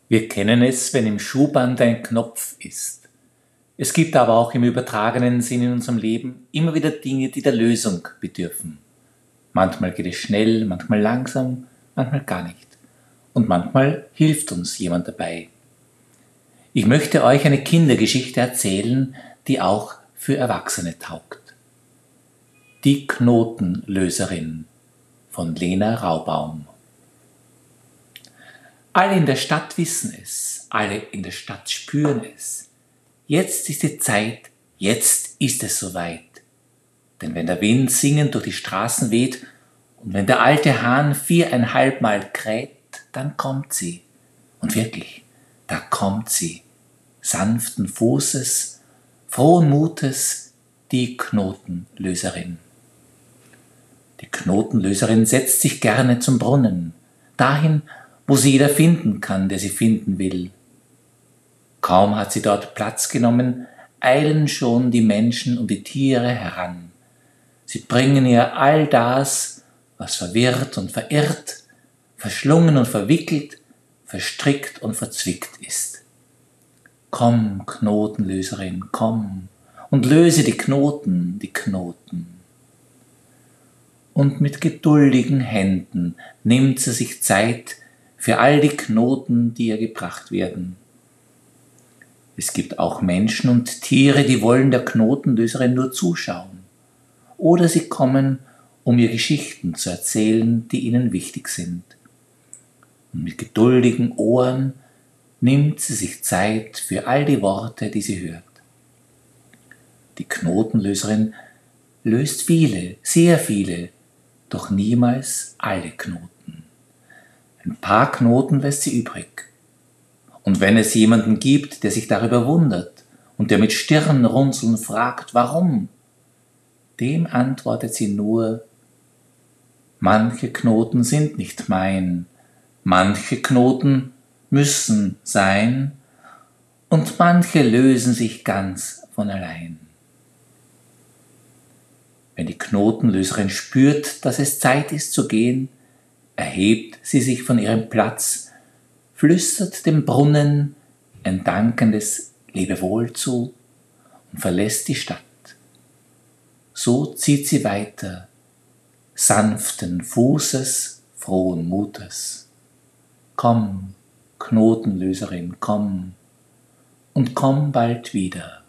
Wir kennen es, wenn im Schuhband ein Knopf ist. Es gibt aber auch im übertragenen Sinn in unserem Leben immer wieder Dinge, die der Lösung bedürfen. Manchmal geht es schnell, manchmal langsam, manchmal gar nicht. Und manchmal hilft uns jemand dabei. Ich möchte euch eine Kindergeschichte erzählen, die auch für Erwachsene taugt. Die Knotenlöserin von Lena Raubaum. Alle in der Stadt wissen es, alle in der Stadt spüren es. Jetzt ist die Zeit, jetzt ist es soweit. Denn wenn der Wind singend durch die Straßen weht und wenn der alte Hahn 4,5 Mal kräht, dann kommt sie. Und wirklich, da kommt sie. Sanften Fußes, frohen Mutes, die Knotenlöserin. Die Knotenlöserin setzt sich gerne zum Brunnen, dahin, wo sie jeder finden kann, der sie finden will. Kaum hat sie dort Platz genommen, eilen schon die Menschen und die Tiere heran. Sie bringen ihr all das, was verwirrt und verirrt, verschlungen und verwickelt, verstrickt und verzwickt ist. Komm, Knotenlöserin, komm und löse die Knoten, die Knoten. Und mit geduldigen Händen nimmt sie sich Zeit für all die Knoten, die ihr gebracht werden. Es gibt auch Menschen und Tiere, die wollen der Knotenlöserin nur zuschauen. Oder sie kommen, um ihr Geschichten zu erzählen, die ihnen wichtig sind. Und mit geduldigen Ohren nimmt sie sich Zeit für all die Worte, die sie hört. Die Knotenlöserin löst viele, sehr viele, doch niemals alle Knoten. Ein paar Knoten lässt sie übrig. Und wenn es jemanden gibt, der sich darüber wundert und der mit Stirnrunzeln fragt, warum, dem antwortet sie nur: Manche Knoten sind nicht mein, manche Knoten müssen sein und manche lösen sich ganz von allein. Wenn die Knotenlöserin spürt, dass es Zeit ist zu gehen, erhebt sie sich von ihrem Platz, flüstert dem Brunnen ein dankendes Lebewohl zu und verlässt die Stadt. So zieht sie weiter, sanften Fußes, frohen Mutes. Komm, Knotenlöserin, komm und komm bald wieder.